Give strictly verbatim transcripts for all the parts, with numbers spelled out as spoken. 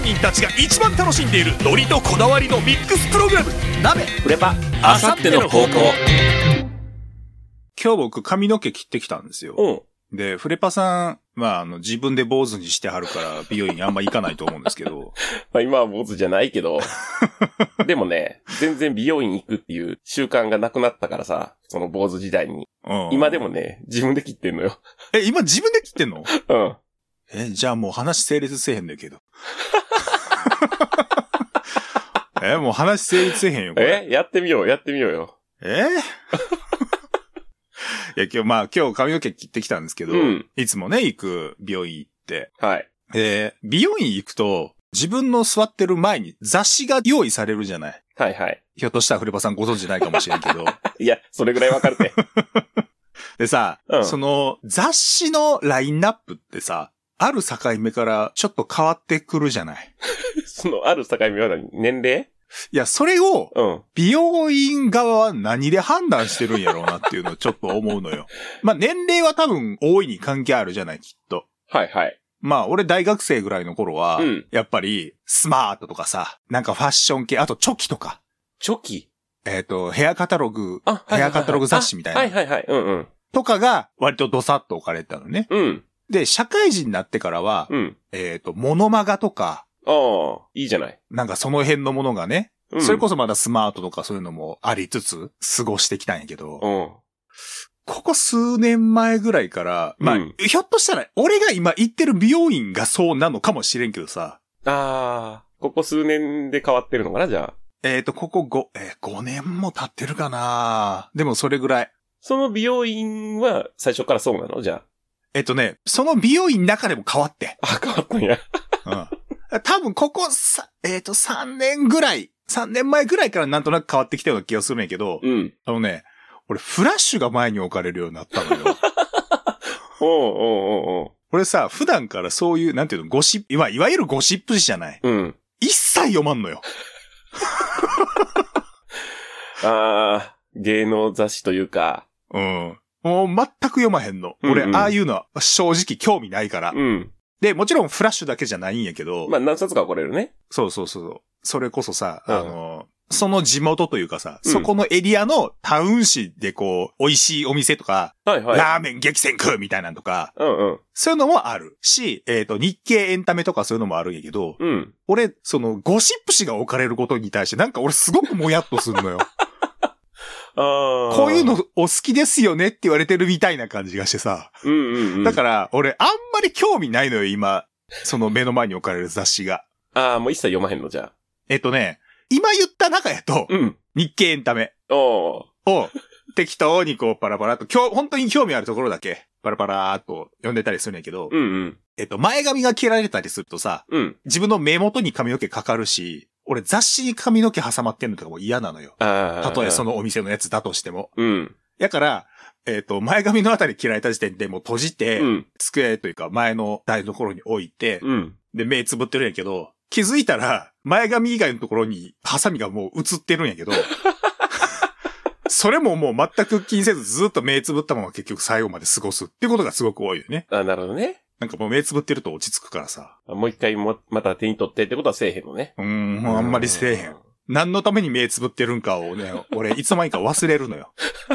人たちが一番楽しんでいるノリとこだわりのミックスプログラム、鍋フレパあさっての方向。 今日僕髪の毛切ってきたんですよ。 うん。 で、フレパさん、まあ、あの、自分で坊主にしてはるから美容院にあんま行かないと思うんですけど。 まあ今は坊主じゃないけど。でもね、全然美容院行くっていう習慣がなくなったからさ、その坊主時代に。 うん、 今でもね、自分で切ってんのよ。 え、今自分で切ってんの？ うん。 え、じゃあもう話成立せえへんねんけど。え、もう話成立せえへんよ、これ。 えやってみよう、やってみようよ。 えいや、今日、まあ、今日髪の毛切ってきたんですけど、うん、いつもね、行く美容院行って。 はい。 で、美容院行くと、自分の座ってる前に雑誌が用意されるじゃない。 はいはい。 ひょっとしたらフレパさんご存知ないかもしれんけど。 いや、それぐらいわかるね。 でさ、うん、その雑誌のラインナップってさ、ある境目からちょっと変わってくるじゃない。 そのある境目は何？年齢？ いや、それを、美容院側は何で判断してるんやろうなっていうのをちょっと思うのよ。まあ、年齢は多分大いに関係あるじゃない、きっと。 はいはい。 まあ、俺大学生ぐらいの頃は、うん、やっぱり、スマートとかさ、なんかファッション系、あとチョキとか。 チョキ？ えっと、ヘアカタログ、ヘアカタログ雑誌みたいな。 はいはいはい。うんうん。 とかが、割とドサッと置かれてたのね。 うん。 で、社会人になってからは、うん、えっと、モノマガとか、 ああ、いいじゃない。 なんかその辺のものがね、うん、それこそまだスマートとかそういうのもありつつ、過ごしてきたんやけど、 うん、 ここ数年前ぐらいから、まあ、うん、ひょっとしたら、俺が今行ってる美容院がそうなのかもしれんけどさ。 ああ、ここ数年で変わってるのかな、じゃあ。 えっと、ここご、えー、ごねんも経ってるかな。でもそれぐらい。 その美容院は最初からそうなの？じゃあ。 えっとね、その美容院の中でも変わって。 あ、変わったんや。 うん。多分ここさ、えっと、さんねんぐらい、さんねんまえぐらいからなんとなく変わってきたような気がするんやけど、 うん。 あのね、俺フラッシュが前に置かれるようになったのよ。 おうおうおうおう。 俺さ、普段からそういう、なんていうの、ゴシップ、いわ、いわゆるゴシップ誌じゃない。 うん。 一切読まんのよ。 ああ、芸能雑誌というか。 うん。もう全く読まへんの。うんうん、俺、ああいうのは正直興味ないから。 うん。 で、もちろんフラッシュだけじゃないんやけど。 まあ何冊か起これるね。 そうそうそう。それこそさ、うん、あの、その地元というかさ、うん、そこのエリアのタウン市でこう、美味しいお店とか、 はいはい、 ラーメン激戦区みたいなのとか、 うんうん、 そういうのもあるし、えっと、日経エンタメとかそういうのもあるんやけど、 うん、 俺、そのゴシップ誌が置かれることに対してなんか俺すごくもやっとするのよ。 あこういうのお好きですよねって言われてるみたいな感じがしてさ。 うんうんうん、 だから、俺あんまり興味ないのよ、今。その目の前に置かれる雑誌が。 ああ、もう一切読まへんのじゃあ。 えっとね、今言った中やと、 うん、 日経エンタメを適当にこうパラパラと、今日本当に興味あるところだけパラパラーっと読んでたりするんやけど、 うんうん、 えっと、前髪が切られたりするとさ、 うん、 自分の目元に髪の毛かかるし、俺雑誌に髪の毛挟まってんのとかも嫌なのよ。たとえそのお店のやつだとしても。 うん。 やから、えっと、前髪のあたり切られた時点でもう閉じて、うん、机というか前の台のところに置いて、 うん、 で、目つぶってるんやけど、気づいたら、前髪以外のところにハサミがもう映ってるんやけど、それももう全く気にせずずっと目つぶったまま結局最後まで過ごすっていうことがすごく多いよね。 あ、なるほどね。 なんかもう目つぶってると落ち着くからさ。 もう一回も、また手に取ってってことはせえへんのね。 うーん、もうあんまりせえへん。何のために目つぶってるんかをね、俺いつの間にか忘れるのよ。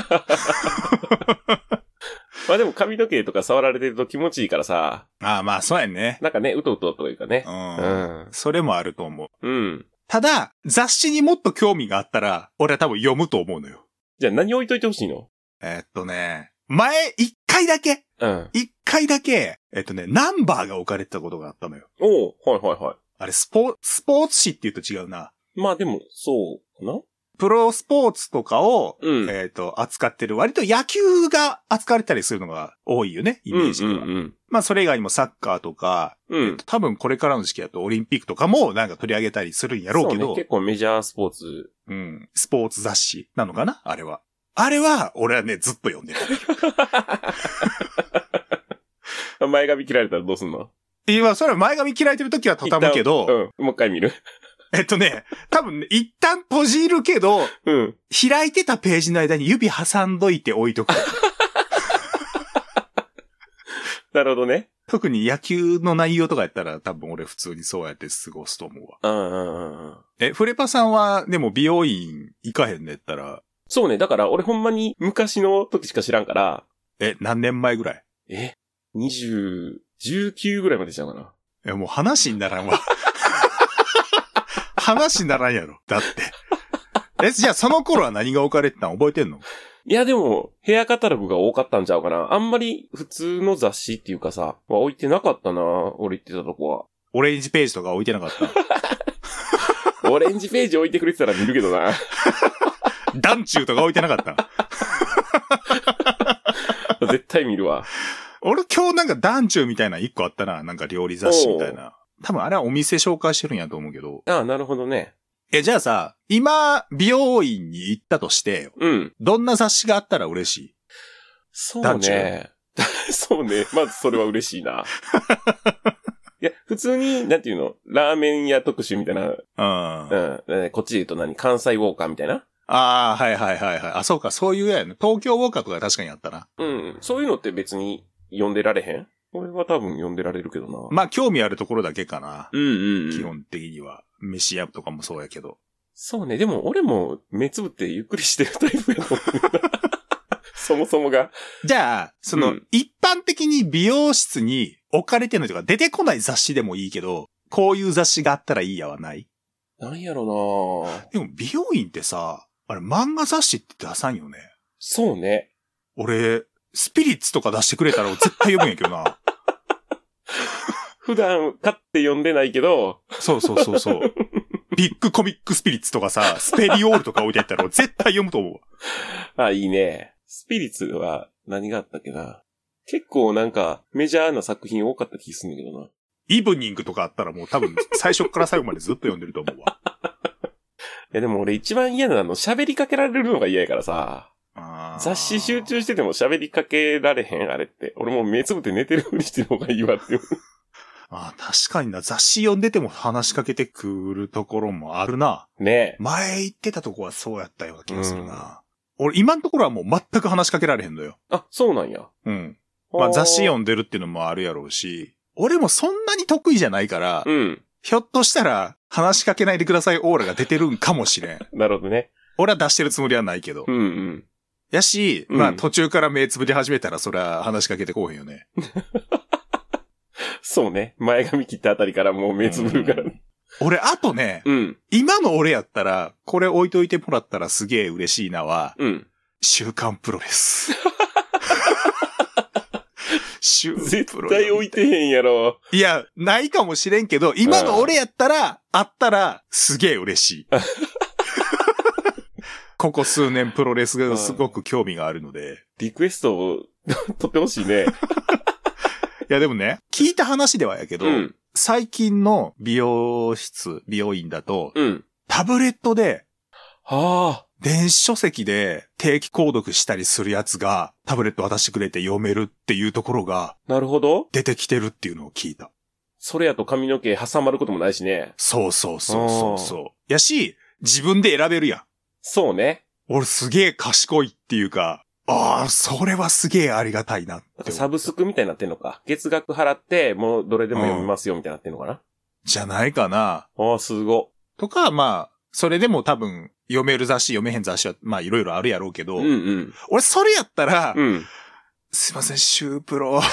まあでも髪の毛とか触られてると気持ちいいからさ。 ああまあそうやんね。 なんかね、うとうとというかね。 うん。うん、それもあると思う。うん。 ただ、雑誌にもっと興味があったら、俺は多分読むと思うのよ。 じゃあ何置いといてほしいの？ えー、っとね、前一回だけ。 うん。 一回だけ、えっとね、ナンバーが置かれてたことがあったのよ。 おう、はいはいはい。 あれ、スポー、スポーツ紙って言うと違うな。 まあでも、そうかな？ プロスポーツとかを、 うん、 えっと、扱ってる、割と野球が扱われたりするのが多いよね、イメージでは。 うんうんうん、 まあ、それ以外にもサッカーとか、 うん、 えっと、多分これからの時期だとオリンピックとかもなんか取り上げたりするんやろうけど。 そうね、結構メジャースポーツ。 うん。スポーツ雑誌なのかなあれは。あれは、俺はね、ずっと読んでる。 前髪切られたらどうすんの？ いや、それは前髪切られてる時は畳むけど、 うん、もう一回見る。 えっとね、多分ね、一旦閉じるけど、 うん、 開いてたページの間に指挟んどいて置いとく。 なるほどね。 特に野球の内容とかやったら多分俺普通にそうやって過ごすと思うわ。 うんうんうんうん。 え、フレパさんはでも美容院行かへんねったら。 そうね。だから俺ほんまに昔の時しか知らんから。 え、何年前ぐらい？ え、にじゅう、じゅうきゅうぐらいまでしたかな。 え、もう話にならんわ。話にならんやろ。だって。え、じゃあその頃は何が置かれてたん覚えてんの？ いやでも、ヘアカタログが多かったんちゃうかな。あんまり普通の雑誌っていうかさ、は置いてなかったな、俺行ってたとこは。 オレンジページとか置いてなかった？ オレンジページ置いてくれてたら見るけどな。 団中とか置いてなかった？ 絶対見るわ。 俺今日なんか団中みたいな一個あったな。なんか料理雑誌みたいな。多分あれはお店紹介してるんやと思うけど。 ああ、なるほどね。 え、じゃあさ、今、美容院に行ったとして、 うん。 どんな雑誌があったら嬉しい？ そうね。そうね。まずそれは嬉しいな。いや、普通に、なんていうの、ラーメン屋特集みたいな。 うん。 うん。こっちで言うと何？関西ウォーカーみたいな。 ああ、はいはいはいはい。あ、そうか、そういうやね。東京ウォーカーとか確かにあったな。 うん。そういうのって別に読んでられへん？俺は多分読んでられるけどな。 まあ、興味あるところだけかな。 うんうん、うん。 基本的には。飯屋とかもそうやけど。 そうね。でも俺も目つぶってゆっくりしてるタイプやと思う。そもそもが。 じゃあ、その、うん、一般的に美容室に置かれてるのとか出てこない雑誌でもいいけど、こういう雑誌があったらいいやはない？ なんやろな。 でも美容院ってさ、あれ漫画雑誌って出さんよね。 そうね。 俺、スピリッツとか出してくれたら絶対読むんやけどな。 普段買って読んでないけど。 そうそうそうそう。ビッグコミックスピリッツとかさ、スペリオールとか置いてあったら絶対読むと思う。 あ、いいね。スピリッツは何があったっけな。結構なんかメジャーな作品多かった気するんだけどな。 イブニングとかあったらもう多分最初から最後までずっと読んでると思うわ。 いやでも俺一番嫌なの喋りかけられるのが嫌やからさ。雑誌集中してても喋りかけられへんあれって。俺もう目つぶって寝てるふりしてる方がいいわって。 ああ、確かにな。雑誌読んでても話しかけてくるところもあるな。 ねえ。 前行ってたとこはそうやったような気がするな。うん、俺今のところはもう全く話しかけられへんのよ。 あ、そうなんや。 うん。まあ雑誌読んでるっていうのもあるやろうし、俺もそんなに得意じゃないから、 うん。 ひょっとしたら話しかけないでくださいオーラが出てるんかもしれん。 なるほどね。 俺は出してるつもりはないけど。 うんうん。 やし、まあ途中から目つぶり始めたらそりゃ話しかけてこうへんよね。 そうね。前髪切ったあたりからもう目つぶるから、ね。 俺、あとね、 うん、 今の俺やったら、これ置いといてもらったらすげえ嬉しいなは、 うん、 週刊プロレス。週プロ絶対置いてへんやろ。 いや、ないかもしれんけど、今の俺やったら、あったら、すげえ嬉しい。ここ数年プロレスがすごく興味があるので。 リクエストを取ってほしいね。 いやでもね、聞いた話ではやけど、うん、最近の美容室、美容院だと、 うん、 タブレットで、 はあ、 電子書籍で定期購読したりするやつが、タブレット渡してくれて読めるっていうところが、 なるほど。 出てきてるっていうのを聞いた。 それやと髪の毛挟まることもないしね。 そうそうそうそうそう。やし、自分で選べるやん。 そうね。 俺すげえ賢いっていうか、ああ、それはすげえありがたいなって。 サブスクみたいになってんのか。月額払って、もうどれでも読みますよみたいになってんのかな。うん、 じゃないかな。 ああ、すご。 とか、まあ、それでも多分、読める雑誌、読めへん雑誌は、まあいろいろあるやろうけど、 うんうん、 俺それやったら、 うん、 すいません、シュープロって、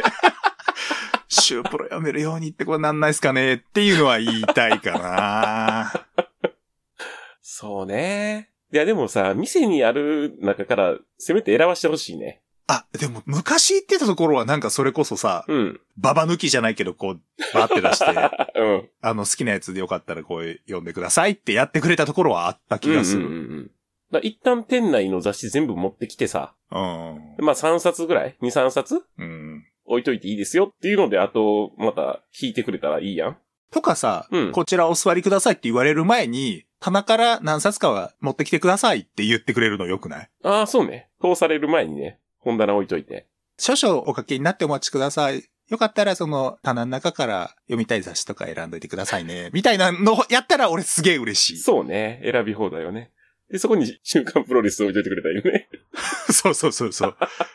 シュープロ読めるようにってこれなんないっすかねっていうのは言いたいかな。 そうね。いやでもさ、店にある中からせめて選ばしてほしいね。 あ、でも昔行ってたところはなんかそれこそさ、 うん。 ババ抜きじゃないけどこう、バーって出して、 うん。 あの好きなやつでよかったらこう読んでくださいってやってくれたところはあった気がする。 うんうんうん。だ一旦店内の雑誌全部持ってきてさ、 うん。 まあさんさつぐらい ?に、さんさつうん。 置いといていいですよっていうので、あと、また引いてくれたらいいやん。 とかさ、 うん、 こちらお座りくださいって言われる前に、棚から何冊かは持ってきてくださいって言ってくれるのよくない？ ああ、そうね。通される前にね、本棚置いといて。 少々おかけになってお待ちください。よかったらその棚の中から読みたい雑誌とか選んどいてくださいね。みたいなのやったら俺すげえ嬉しい。 そうね。選び放題よね。で、そこに週刊プロレス置いといてくれたらいいよね。 そうそうそうそう。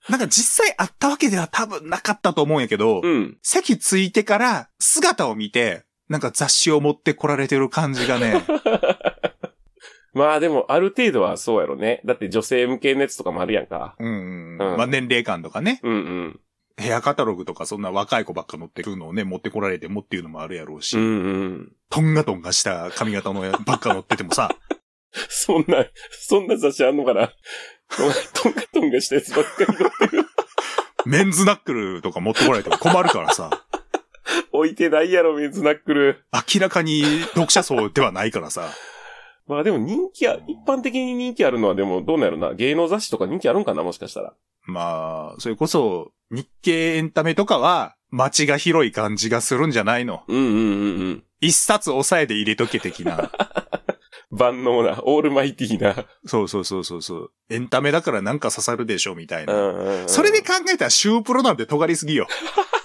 なんか実際あったわけでは多分なかったと思うんやけど、 うん。 席ついてから姿を見て、なんか雑誌を持ってこられてる感じがね。 まあでも、ある程度はそうやろね。だって女性向けのやつとかもあるやんか。 うん、うん。 うん。 まあ年齢感とかね。 うんうん。 ヘアカタログとかそんな若い子ばっか乗ってるのをね、持ってこられてもっていうのもあるやろうし。 うんうん。 トンガトンガした髪型のばっか乗っててもさ。 そんな、そんな雑誌あんのかな。トンガトンガしたやつばっかり乗ってる。 メンズナックルとか持ってこられても困るからさ。 置いてないやろ、メンズナックル。 明らかに読者層ではないからさ。 まあでも人気あ、一般的に人気あるのはでもどうなんやろな。芸能雑誌とか人気あるんかな、もしかしたら。 まあ、それこそ日経エンタメとかは街が広い感じがするんじゃないの。 うんうんうんうん。 一冊押さえて入れとけ的な。 万能な、オールマイティーな。 そうそうそうそうそう。エンタメだからなんか刺さるでしょみたいな。 うんうんうん、 それで考えたらシュープロなんて尖りすぎよ。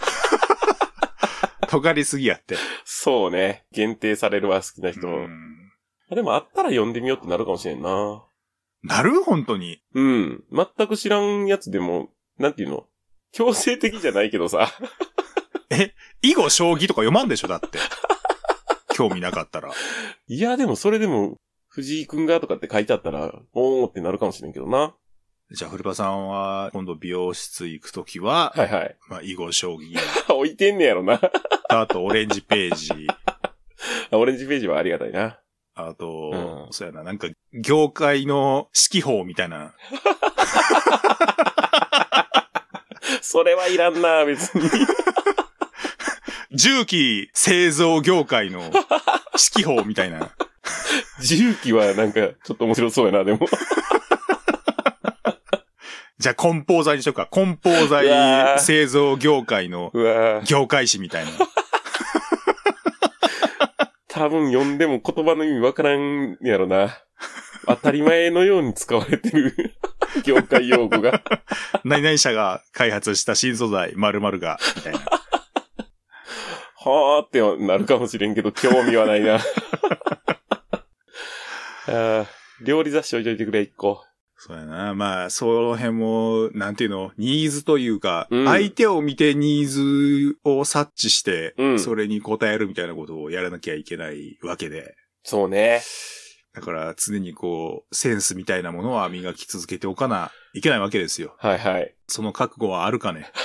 尖りすぎやって。 そうね。限定されるわ、好きな人。うんでもあったら読んでみようってなるかもしれんな。 なる本当に。 うん。全く知らんやつでも、なんていうの強制的じゃないけどさ。 え、囲碁将棋とか読まんでしょだって。興味なかったら。 いや、でもそれでも、藤井くんがとかって書いてあったら、おーってなるかもしれんけどな。 じゃあ、古場さんは、今度美容室行くときは、 はいはい。 まあ、囲碁将棋。 置いてんねやろな。 あと、オレンジページ。 オレンジページはありがたいな。 あと、 うん、 そうやな、なんか、業界の指揮法みたいな。 それはいらんな、別に。 重機製造業界の指揮法みたいな。 重機はなんか、ちょっと面白そうやな、でも。 じゃあ、梱包材にしようか。梱包材製造業界の業界誌みたいな。 多分読んでも言葉の意味わからんやろな。当たり前のように使われてる業界用語が。 何々社が開発した新素材〇〇が、みたいな。 はーってなるかもしれんけど、興味はないな。あ料理雑誌置いといてくれ、一個。 そうやな。まあ、その辺も、なんていうの、ニーズというか、 うん、 相手を見てニーズを察知して、 うん、 それに応えるみたいなことをやらなきゃいけないわけで。 そうね。 だから常にこう、センスみたいなものは磨き続けておかないけないわけですよ。 はいはい。 その覚悟はあるかね。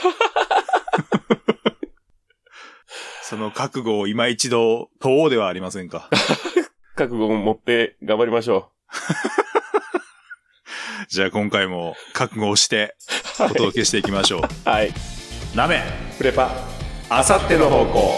その覚悟を今一度問おうではありませんか。 覚悟を持って頑張りましょう。 じゃあ今回も覚悟をしてお届けしていきましょう。 はい。 なめプレパあさっての方向。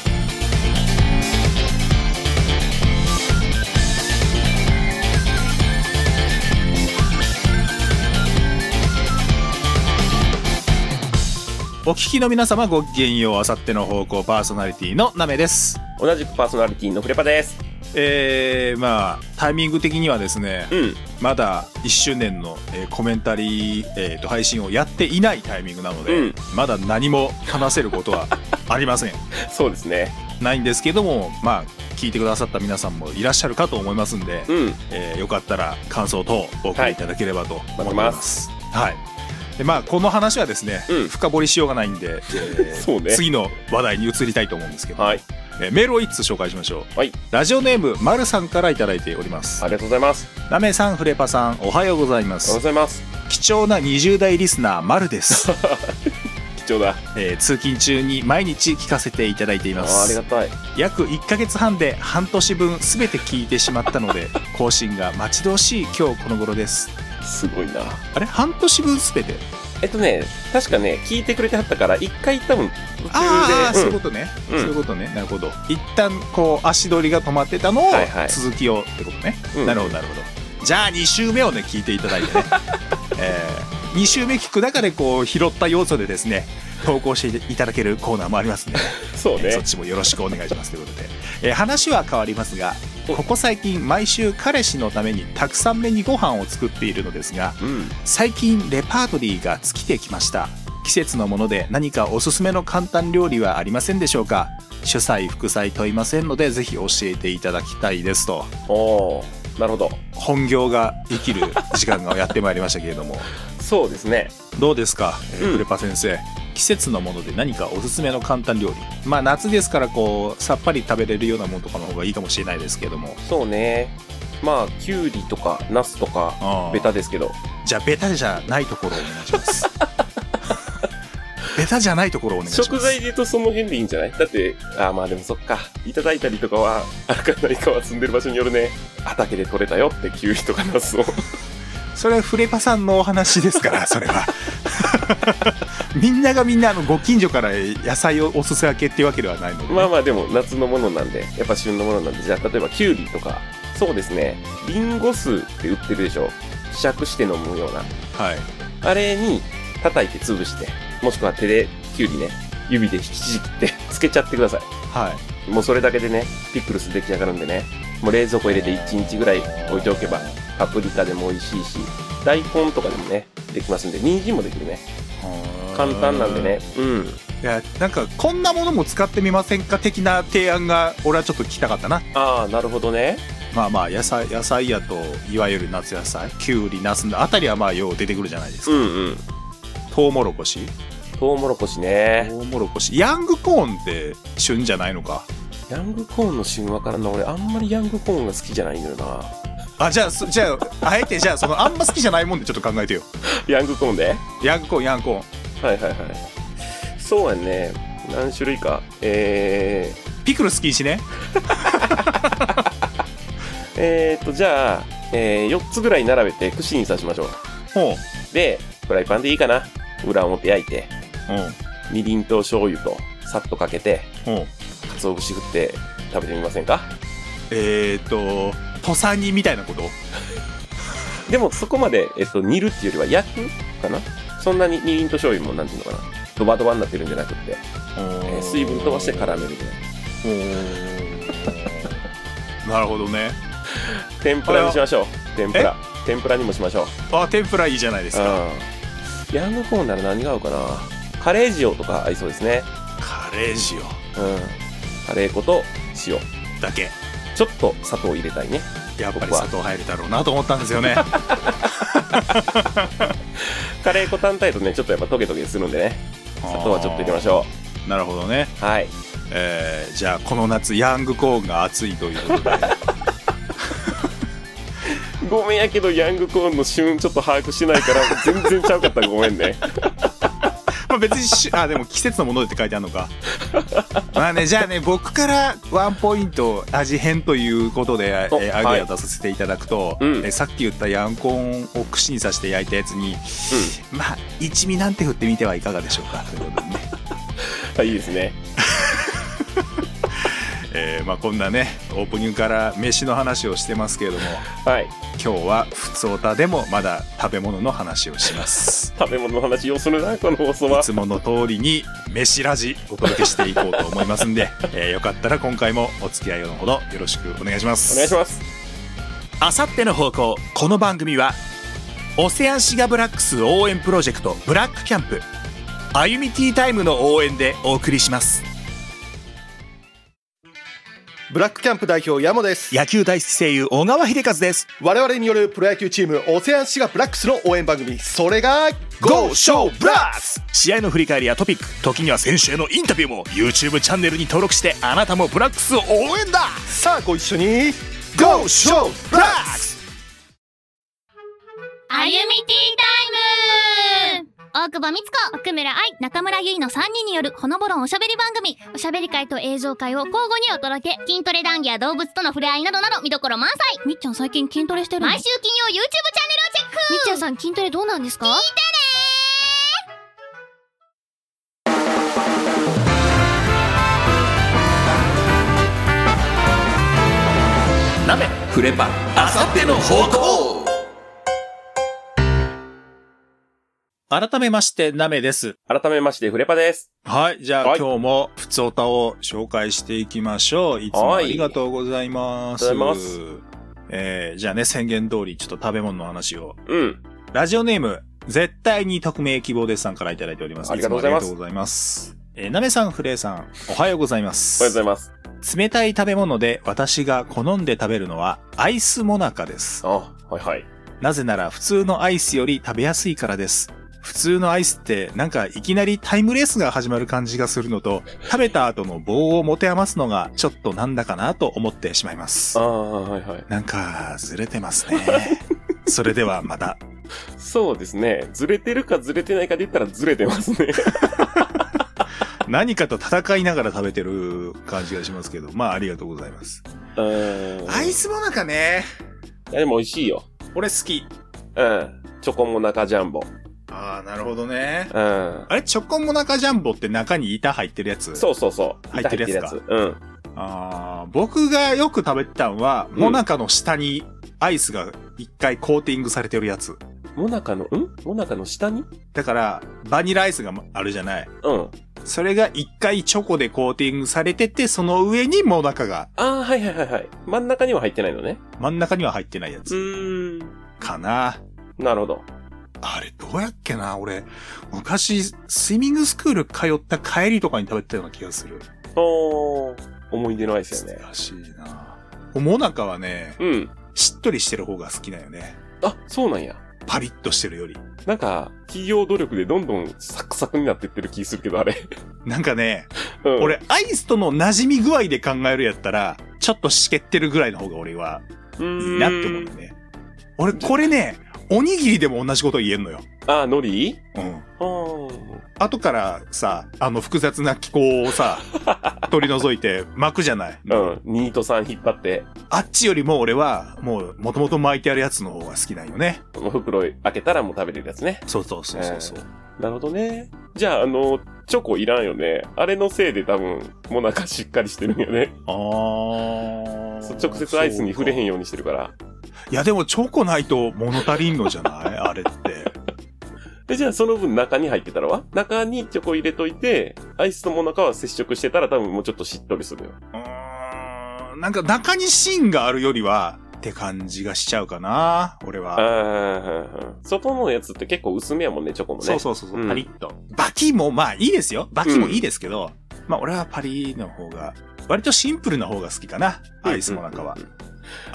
お聞きの皆様ごきげんよう。あさっての方向パーソナリティのなめです。 同じくパーソナリティのフレパです。 えー、まあタイミング的にはですね、 うん、 まだいっしゅうねんの、えー、コメンタリー、えー、と配信をやっていないタイミングなので、うん、まだ何も話せることはありません。 そうですね。 ないんですけども、まあ聞いてくださった皆さんもいらっしゃるかと思いますんで、 うんえー、よかったら感想等お送りいただければと思います。 はい。 はい。でまあこの話はですね、うん、深掘りしようがないんで、えーそうね、 次の話題に移りたいと思うんですけど、 はい、 えー、メールを一通紹介しましょう。 はい。 ラジオネームまるさんからいただいております。 ありがとうございます。 なめさん、フレパさん、おはようございます。 おはようございます。 貴重なにじゅう代リスナーまるです。 貴重だ、 えー、通勤中に毎日聞かせていただいています。 あ、ありがたい。 約いっかげつはんで半年分すべて聞いてしまったので更新が待ち遠しい今日この頃です。 すごいな。 あれ半年分すべてえっとね、確かね、聞いてくれてはったから、一回多分、途中で。 ああ、 うん、 そういうことね、うん。そういうことね。なるほど。一旦、こう、足取りが止まってたのを、続きをってことね。はいはい、なるほど、なるほど。じゃあ、に週目をね、聞いていただいてね。えー、に週目聞く中で、こう、拾った要素でですね、投稿していただけるコーナーもありますね。 そうね、 えー。そっちもよろしくお願いしますということで。えー、話は変わりますが、ここ最近毎週彼氏のためにたくさんめにご飯を作っているのですが、 うん、 最近レパートリーが尽きてきました。季節のもので何かおすすめの簡単料理はありませんでしょうか。主菜副菜問いませんのでぜひ教えていただきたいですと。 おなるほど。 本業が生きる時間がやってまいりましたけれども。 そうですね。 どうですか、 うん、 フレパ先生。季節のもので何かおすすめの簡単料理。まあ夏ですからこうさっぱり食べれるようなものとかの方がいいかもしれないですけども。 そうね。まあきゅうりとかナスとかベタですけど。 じゃあベタじゃないところをお願いします。ベタじゃないところをお願いします。 食材で言うとその辺でいいんじゃない？だってあまあでもそっか、いただいたりとかはあるかないかは住んでる場所によるね。畑で採れたよってきゅうりとかナスを。 それはフレパさんのお話ですからそれは。みんながみんなあのご近所から野菜をおすす分けっていうわけではないので、ね、 まあまあでも夏のものなんでやっぱ旬のものなんで、じゃあ例えばきゅうりとか、そうですね、リンゴ酢って売ってるでしょ、希釈して飲むような、 はい、 あれに叩いて潰して、もしくは手できゅうりね指で引きちぎってつけちゃってください。 はい、 もうそれだけでねピクルス出来上がるんでね、もう冷蔵庫入れていちにちぐらい置いておけばパプリカでも美味しいし、大根とかでもねできますんで、人参もできるね。簡単なんでね。うん。 いやなんかこんなものも使ってみませんか的な提案が俺はちょっと聞きたかったな。 ああなるほどね。 まあまあ野菜野菜やといわゆる夏野菜、きゅうり、ナスのあたりはまあよう出てくるじゃないですか。 うんうん。 トウモロコシ。 トウモロコシね。 トウモロコシ。ヤングコーンって旬じゃないのか。 ヤングコーンの旬わからんな。俺あんまりヤングコーンが好きじゃないんだよな。 あ、じゃあ、じゃあ、あえてじゃあ、そのあんま好きじゃないもんでちょっと考えてよ。 ヤングコーンで？ ヤングコーン、ヤングコーン。 はいはいはい。そうやね。何種類か。えー、ピクルス禁止ね。 えーと、じゃあ、えー、よっつぐらい並べて串に刺しましょう。 ほう。 で、フライパンでいいかな。裏表焼いて、 うん、 みりんと醤油とさっとかけて、 うん、 鰹節振って食べてみませんか？ えーと、土佐煮みたいなこと？ でもそこまで、えっと、煮るっていうよりは焼くかな。そんなにみりんと醤油もなんていうのかな、ドバドバになってるんじゃなくって、えー、水分飛ばして絡めるみたいな。 なるほどね。 天ぷらにしましょう。天ぷら。天ぷらにもしましょう。 あ、天ぷらいいじゃないですか。 ヤングコーンなら何が合うかな。カレー塩とか合いそうですね。 カレー塩。 うん。カレー粉と塩だけ。 ちょっと砂糖入れたいね。 やっぱり砂糖入るだろうなと思ったんですよね。 カレー粉単体とね、ちょっとやっぱトゲトゲするんでね、砂糖はちょっと入れましょう。なるほどね。 はい。 えー、じゃあこの夏ヤングコーンが熱いということで。 ごめんやけどヤングコーンの旬ちょっと把握してないから全然ちゃうかったらごめんね。 まあ別にしあでも季節のものでって書いてあるのか。まあね、じゃあね、僕からワンポイント味変ということで、えー、アイデアを出させていただくと、はい、えー、さっき言ったヤンコンを串に刺して焼いたやつに、うん、まあ一味なんて振ってみてはいかがでしょうかということでね。 はい、いいですね。 えー、まあこんなねオープニングから飯の話をしてますけれども、 はい、 今日はふつおたでもまだ食べ物の話をします。 食べ物の話をするなこの放送は。 いつもの通りに飯ラジお届けしていこうと思いますんで、えー、よかったら今回もお付き合いのほどよろしくお願いします。 お願いします。 あさっての方向、この番組はオセアンシガブラックス応援プロジェクトブラックキャンプあゆみティータイムの応援でお送りします。 ブラックキャンプ代表山です。 野球大好き声優小川秀和です。 我々によるプロ野球チームオセアンシガブラックスの応援番組、それが Go Show Blast。 試合の振り返りやトピック、時には選手へのインタビューも YouTube チャンネルに登録して、あなたもブラックスを応援だ。 さあご一緒に Go Show Blast。 あゆみティータイム。大久保美津子、奥村愛、中村ゆいのさんにんによるほのぼろんおしゃべり番組。おしゃべり会と映像会を交互にお届け。筋トレ談義や動物との触れ合いなどなど見どころ満載。 みっちゃん最近筋トレしてるの？ 毎週金曜 YouTube チャンネルをチェック。 みっちゃんさん筋トレどうなんですか？ 聞いてね。 鍋フレパあさっての方向。改めましてナメです。 改めましてフレパです。 はい、じゃあ、 はい、 今日もふつおたを紹介していきましょう。いつもありがとうございます。 ありがとうございます。 えー、じゃあね、宣言通りちょっと食べ物の話を。 うん。 ラジオネーム絶対に匿名希望ですさんからいただいております。 ありがとうございます。 いつもありがとうございます。えー、ナメさん、フレイさん、おはようございます。 おはようございます。 冷たい食べ物で私が好んで食べるのはアイスモナカです。 あ、はいはい。 なぜなら普通のアイスより食べやすいからです。普通のアイスってなんかいきなりタイムレースが始まる感じがするのと、食べた後の棒を持て余すのがちょっとなんだかなと思ってしまいます。 ああ、はいはい。 なんかずれてますね。それではまた。 そうですね。ずれてるかずれてないかで言ったらずれてますね。 何かと戦いながら食べてる感じがしますけど、まあありがとうございます。 アイスモナカね。 いやでも美味しいよ。 俺好き。 うん。チョコモナカジャンボ。 ああ、なるほどね。 うん。 あれ、チョコモナカジャンボって中に板入ってるやつ？ そうそうそう。 入ってるやつか。 うん。 ああ、僕がよく食べてたんは、モナカの下にアイスが一回コーティングされてるやつ。 モナカの、んモナカの下に？ だから、バニラアイスがあるじゃない。 うん。 それが一回チョコでコーティングされてて、その上にモナカが。 ああ、はいはいはいはい。真ん中には入ってないのね。 真ん中には入ってないやつ。 うーん。 かな。 なるほど。 あれ、どうやっけな俺、昔、スイミングスクール通った帰りとかに食べてたような気がする。 おー、思い出のアイスやね。 難しいな。モナカはね、 うん。 しっとりしてる方が好きだよね。 あ、そうなんや。 パリッとしてるより。 なんか、企業努力でどんどんサクサクになってってる気するけど、あれ。 なんかね、 うん、 俺、アイスとの馴染み具合で考えるやったら、ちょっとしけってるぐらいの方が俺はいいなって思うね。俺、これね、おにぎりでも同じこと言えんのよ。 ああ、海苔？ うん。 あ後からさ、あの複雑な気候をさ、取り除いて巻くじゃない。 うん。にとさん引っ張って。 あっちよりも俺は、もう、もともと巻いてあるやつの方が好きなんよね。 袋開けたらもう食べれるやつね。 そうそうそうそうそう、 えー。なるほどね。じゃあ、あの、チョコいらんよね。あれのせいで多分、もなかしっかりしてるんよね。 あー。 直接アイスに触れへんようにしてるから。 いやでもチョコないと物足りんのじゃないあれって。 で、じゃあその分中に入ってたらは中にチョコ入れといて、アイスともなかは接触してたら多分もうちょっとしっとりするよ。 うーん。なんか中に芯があるよりは、って感じがしちゃうかな俺は。 あ外のやつって結構薄めやもんね、チョコもね。 そうそうそう、うん、パリッと。バキもまあいいですよ。バキもいいですけど、うん、まあ俺はパリの方が、割とシンプルな方が好きかな。アイスもなかは。うんうんうん、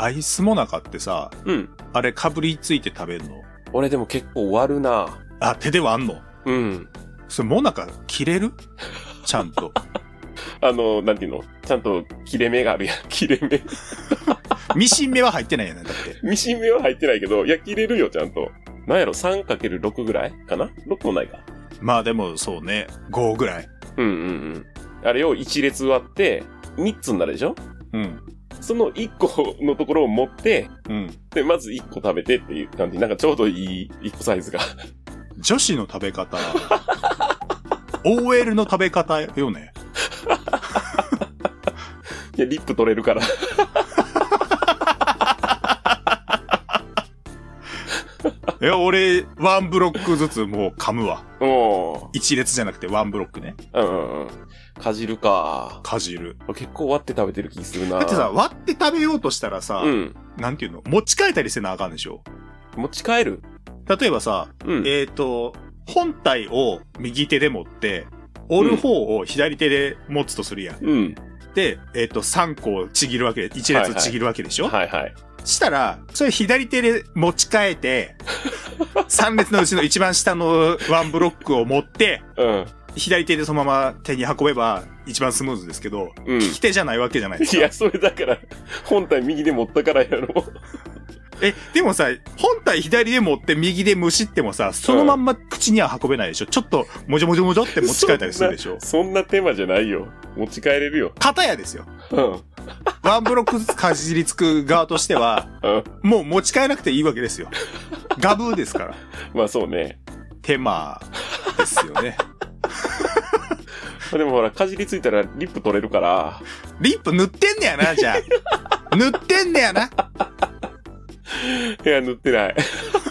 アイスもなかってさ、 うん。 あれかぶりついて食べるの？ 俺でも結構割るな。 あ、手で割んの？ うん。 それもなか切れる？ちゃんと。 あの、なんていうの？ちゃんと切れ目があるやん。切れ目。 ミシン目は入ってないやねだって。 ミシン目は入ってないけど、いや、切れるよ、ちゃんと。なんやろ、さんかけるろく ぐらいかな ?ろく もないか。 まあでもそうね、ごぐらい。 うんうんうん。あれを一列割って、みっつになるでしょ？ うん。 そのいっこのところを持って、 うん。 で、まずいっこ食べてっていう感じ。なんかちょうどいいいっこサイズが。 女子の食べ方。オーエル の食べ方よね。 いや、リップ取れるから。 いや、俺、ワンブロックずつもう噛むわ。 お一列じゃなくてワンブロックね。 うんうんうん。かじるか。 かじる。 結構割って食べてる気するな。 だってさ、割って食べようとしたらさ、 うん、 なんていうの持ち替えたりせなあかんでしょ？ 持ち替える？ 例えばさ、 うん、 えっと、本体を右手で持って、折る方を左手で持つとするやん。 うん。 で、えっと、さんこちぎるわけ、いち列ちぎるわけでしょ？ はいはい。はいはいしたら、それ左手で持ち替えて、さん列のうちの一番下のワンブロックを持って、 うん、 左手でそのまま手に運べば一番スムーズですけど、 うん、 利き手じゃないわけじゃないですか。 いや、それだから、本体右で持ったからやろ。 え、でもさ、本体左で持って右でむしってもさ、そのまんま口には運べないでしょ？ちょっと、もじょもじょもじょって持ち替えたりするでしょ？ そんな、そんな手間じゃないよ。持ち帰れるよ。 片やですよ。 うん。 ワンブロックずつかじりつく側としては、 うん、 もう持ち替えなくていいわけですよ。ガブーですから。 まあそうね。 手間ですよね。 でもほら、かじりついたらリップ取れるから。 リップ塗ってんねやな、じゃあ。塗ってんねやな。 いや、塗ってない。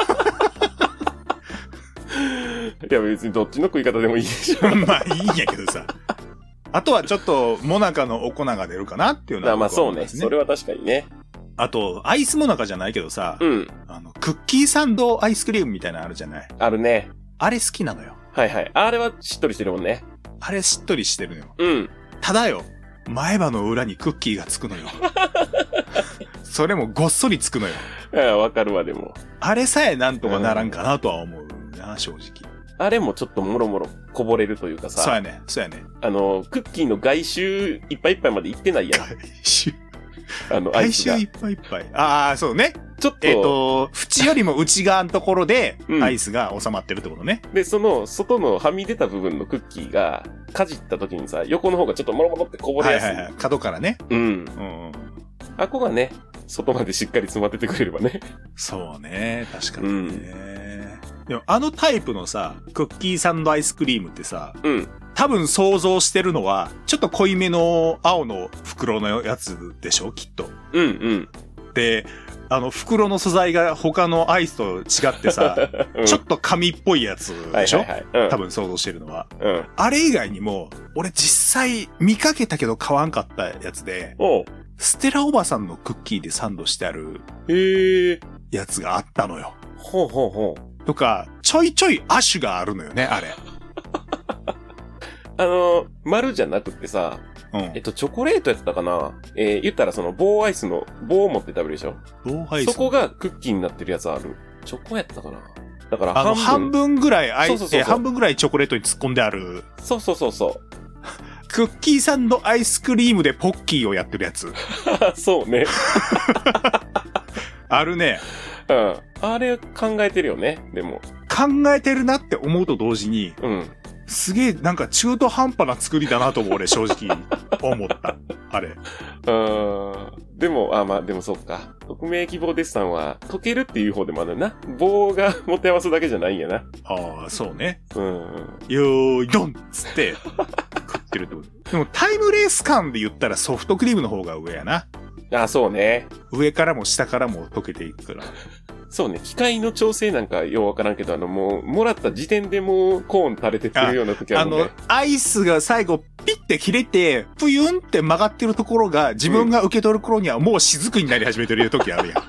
いや、別にどっちの食い方でもいいでしょ。 まあいいんやけどさ。あとはちょっと、モナカのお粉が出るかなっていうのは、 ね。まあそうね。それは確かにね。 あと、アイスモナカじゃないけどさ、 うん。 あの、クッキーサンドアイスクリームみたいなのあるじゃない？ あるね。 あれ好きなのよ。 はいはい。あれはしっとりしてるもんね。 あれしっとりしてるのよ。 うん。 ただよ、 前歯の裏にクッキーがつくのよ。それもごっそりつくのよ。 ああ、わかるわ、でも。 あれさえなんとかならんかなとは思うな、正直。 あれもちょっともろもろこぼれるというかさ。 そうやね、そうやね。 あの、クッキーの外周いっぱいいっぱいまで行ってないやん。 外周あの、アイスが。 外周いっぱいいっぱい。ああ、そうね。 ちょっと、 えっ、と、縁よりも内側のところでうん、 アイスが収まってるってことね。 で、その、外のはみ出た部分のクッキーが、かじった時にさ、横の方がちょっともろもろってこぼれやすい。 はいはいはい。角からね。 うん。 うんうん。 あこがね、外までしっかり詰まっててくれればね。 そうね。確かにね。でも、あのタイプのさ、クッキーサンドアイスクリームってさ、 うん。 多分想像してるのは、ちょっと濃いめの青の袋のやつでしょきっと。 うんうん。 で、あの、袋の素材が他のアイスと違ってさ、 うん、 ちょっと紙っぽいやつでしょ、 はいはいはい、うん、 多分想像してるのは。 うん。 あれ以外にも、俺実際見かけたけど買わんかったやつで、 おう。 ステラおばさんのクッキーでサンドしてあるへえ。 やつがあったのよ。 ほうほうほう。 とか、ちょいちょい亜種があるのよね、あれ。 あの、丸じゃなくってさ、 うん。 えっと、チョコレートやったかなえー、言ったらその棒アイスの棒を持って食べるでしょ棒アイス。 そこがクッキーになってるやつある。チョコやったかなだからあの、半半分。 分ぐらいアイス、 そうそうそうそう半分ぐらいチョコレートに突っ込んである。 そうそうそうそう。 クッキーサンドアイスクリームでポッキーをやってるやつ。 そうね。 あるね。 うん。あれ考えてるよね、でも。 考えてるなって思うと同時に、 うん。 すげえなんか中途半端な作りだなと思う俺正直思った。あれ。 うーん。でも、あ、まあ、でもそっか。匿名希望デッサンは、溶けるっていう方でもあるな。棒が持て合わすだけじゃないんやな。 ああ、そうね。 うん。 よーい、ドンっつって、食ってるってこと。でもタイムレース感で言ったらソフトクリームの方が上やな。 あ、そうね。 上からも下からも溶けていくから。 そうね。機械の調整なんかようわからんけど、あの、もう、もらった時点でもうコーン垂れてってるような時ああるもんね。 の、アイスが最後ピッて切れて、ぷゆんって曲がってるところが自分が受け取る頃にはもう雫になり始めてる時あるやん。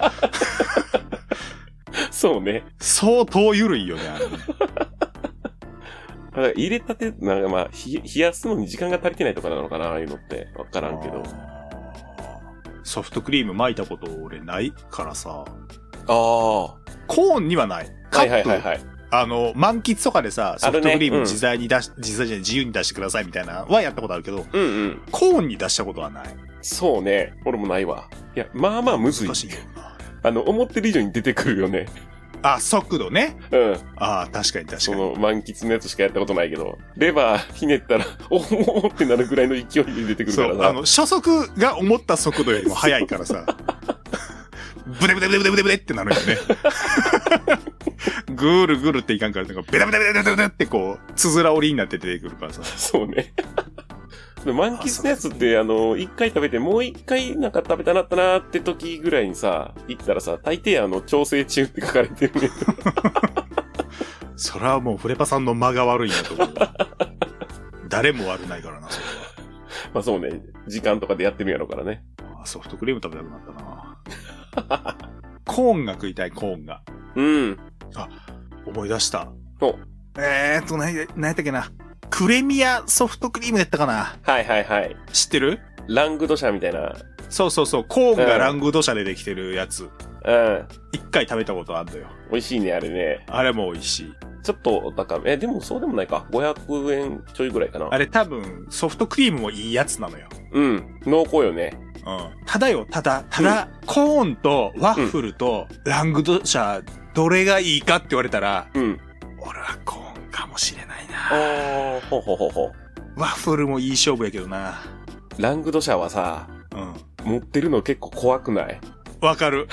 そうね。 相当緩いよね、あれね。 だから入れたて、なんかまあ、ひ冷やすのに時間が足りてないとかなのかな、ああいうのって。わからんけど。 ソフトクリーム巻いたこと俺ないからさ。 ああ。 コーンにはない。カップ。 はいはいはいはい。 あの、満喫とかでさ、ソフトクリーあるねうんム自在に出し、自在じゃない自由に出してくださいみたいなはやったことあるけど、 うんうん。 コーンに出したことはない。 そうね。俺もないわ。いや、まあまあむずい。 難しいよな。 あの、思ってる以上に出てくるよね。 あ、速度ね。 うん。 ああ、確かに確かに。 その、満喫のやつしかやったことないけど、レバーひねったら、おおってなるぐらいの勢いで出てくるかそう、 らさ。 あの、初速が思った速度よりも速いからさ、ブレブレブレブレブレブレってなるよね。ぐーるぐるっていかんから、なんかベラベラベラベラベラってこう、つづら折りになって出てくるからさ。 そうね。で満喫のやつって、あの、一回食べて、もう一回なんか食べたなったなーって時ぐらいにさ、行ったらさ、大抵あの、調整中って書かれてるね。 それはもうフレパさんの間が悪いんやと思う。誰も悪ないからな、それは。 まあそうね、時間とかでやってるんやろからね。 あソフトクリーム食べたくなったな。コーンが食いたい、コーンが。 うん。 思い出した。 おえーっと、何、何やったっけな。クレミアソフトクリームやったかな。 はいはいはい。 知ってる？ ラングドシャみたいな。 そうそうそう、コーンがラングドシャでできてるやつ。 うん。 一回食べたことあるんだよ。 美味しいね、あれね。 あれも美味しい。 ちょっとお高め。え、でもそうでもないか。ごひゃくえんちょいぐらいかな。 あれ多分、ソフトクリームもいいやつなのよ。 うん。濃厚よね。 うん。ただよ、ただ、ただ、うん、コーンとワッフルとラングドシャ、どれがいいかって言われたら、 うん。 俺はコーンかもしれないな。 あー、ほうほうほうほう。 ワッフルもいい勝負やけどな。 ラングドシャはさ、 うん。 持ってるの結構怖くない？ わかる。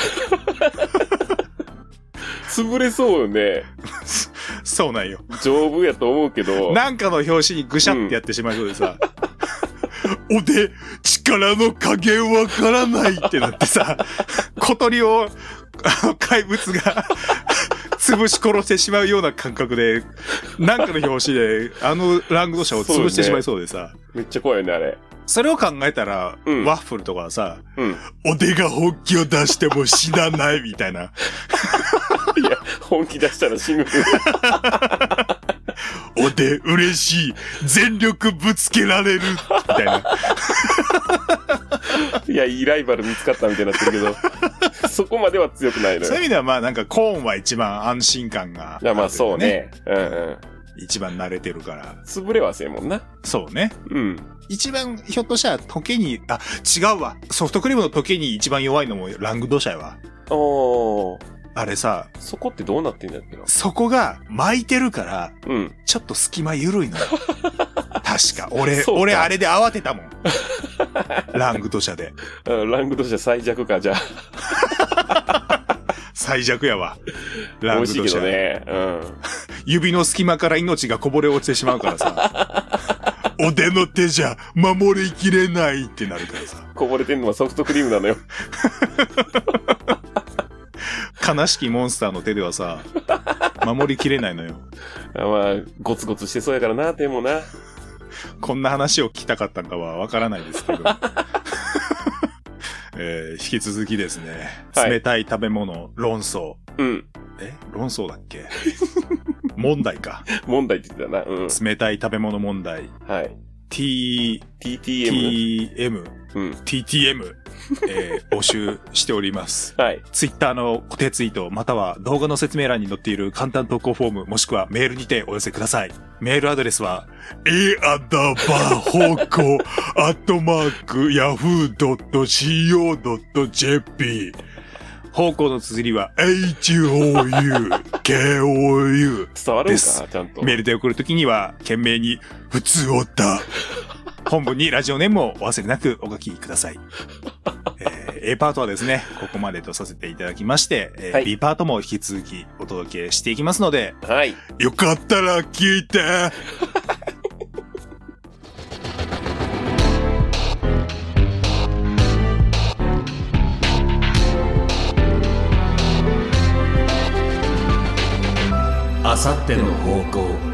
潰れそうよね。 そうなんよ。 丈夫やと思うけど。 なんかの表紙にぐしゃってやってしまいそうでさ。うん、おで、力の加減わからないってなってさ、小鳥を、あの怪物が潰し殺してしまうような感覚で、なんかの表紙で、あのラングドシャを潰してしまいそうでさ。 ね、めっちゃ怖いよね、あれ。 それを考えたら、うん、ワッフルとかはさ、うん、おでが本気を出しても死なないみたいな。 いや、本気出したら死ぬ。 おて嬉しい。全力ぶつけられる。みたいな。 いや、いいライバル見つかったみたいになってるけど、そこまでは強くないのよ。 そういう意味ではまあなんかコーンは一番安心感が、 いや、まあそうね。うんうん。 一番慣れてるから。 潰れはせんもんな。 そうね。 うん。 一番ひょっとしたら溶けに、あ、違うわ。ソフトクリームの溶けに一番弱いのもラングドシャやわ。 おー。 あれさ、 そこってどうなってんだっけな。 そこが巻いてるから、 うん。 ちょっと隙間緩いのよ。確か。俺、 そうか俺あれで慌てたもん。ラングドシャで。 うん、ラングドシャ最弱か、じゃあ。 最弱やわ。ラングドシャ。 美味しいけどね。うん。 指の隙間から命がこぼれ落ちてしまうからさ。お手の手じゃ守りきれないってなるからさ。 こぼれてんのはソフトクリームなのよ。 悲しきモンスターの手ではさ、守りきれないのよ。 まあ、ゴツゴツしてそうやからな、手もな。 こんな話を聞きたかったんかはわからないですけど。えー、引き続きですね、 はい、 冷たい食べ物論争。 うん。 え論争だっけ問題か。 問題って言ってたな。うん。 冷たい食べ物問題。 はい。 T、 ティーティーエム。 ティーエム。 うん。 ティーティーエム。えー、募集しております。 はい。 ツイッターの固定ツイート、または動画の説明欄に載っている簡単投稿フォーム、もしくはメールにてお寄せください。メールアドレスは、a アンダーバー方向アットマークヤフードットシーオードットジェーピー。方向の綴りは エイチオーユーケーオーユー伝わるんかですちゃんと。 メールで送るときには、懸命に、普通おった。本文にラジオネームをお忘れなくお書きください。えー、A パートはですね、ここまでとさせていただきまして、えーはい、 B パートも引き続きお届けしていきますので、 はい。 よかったら聞いてあさっての方向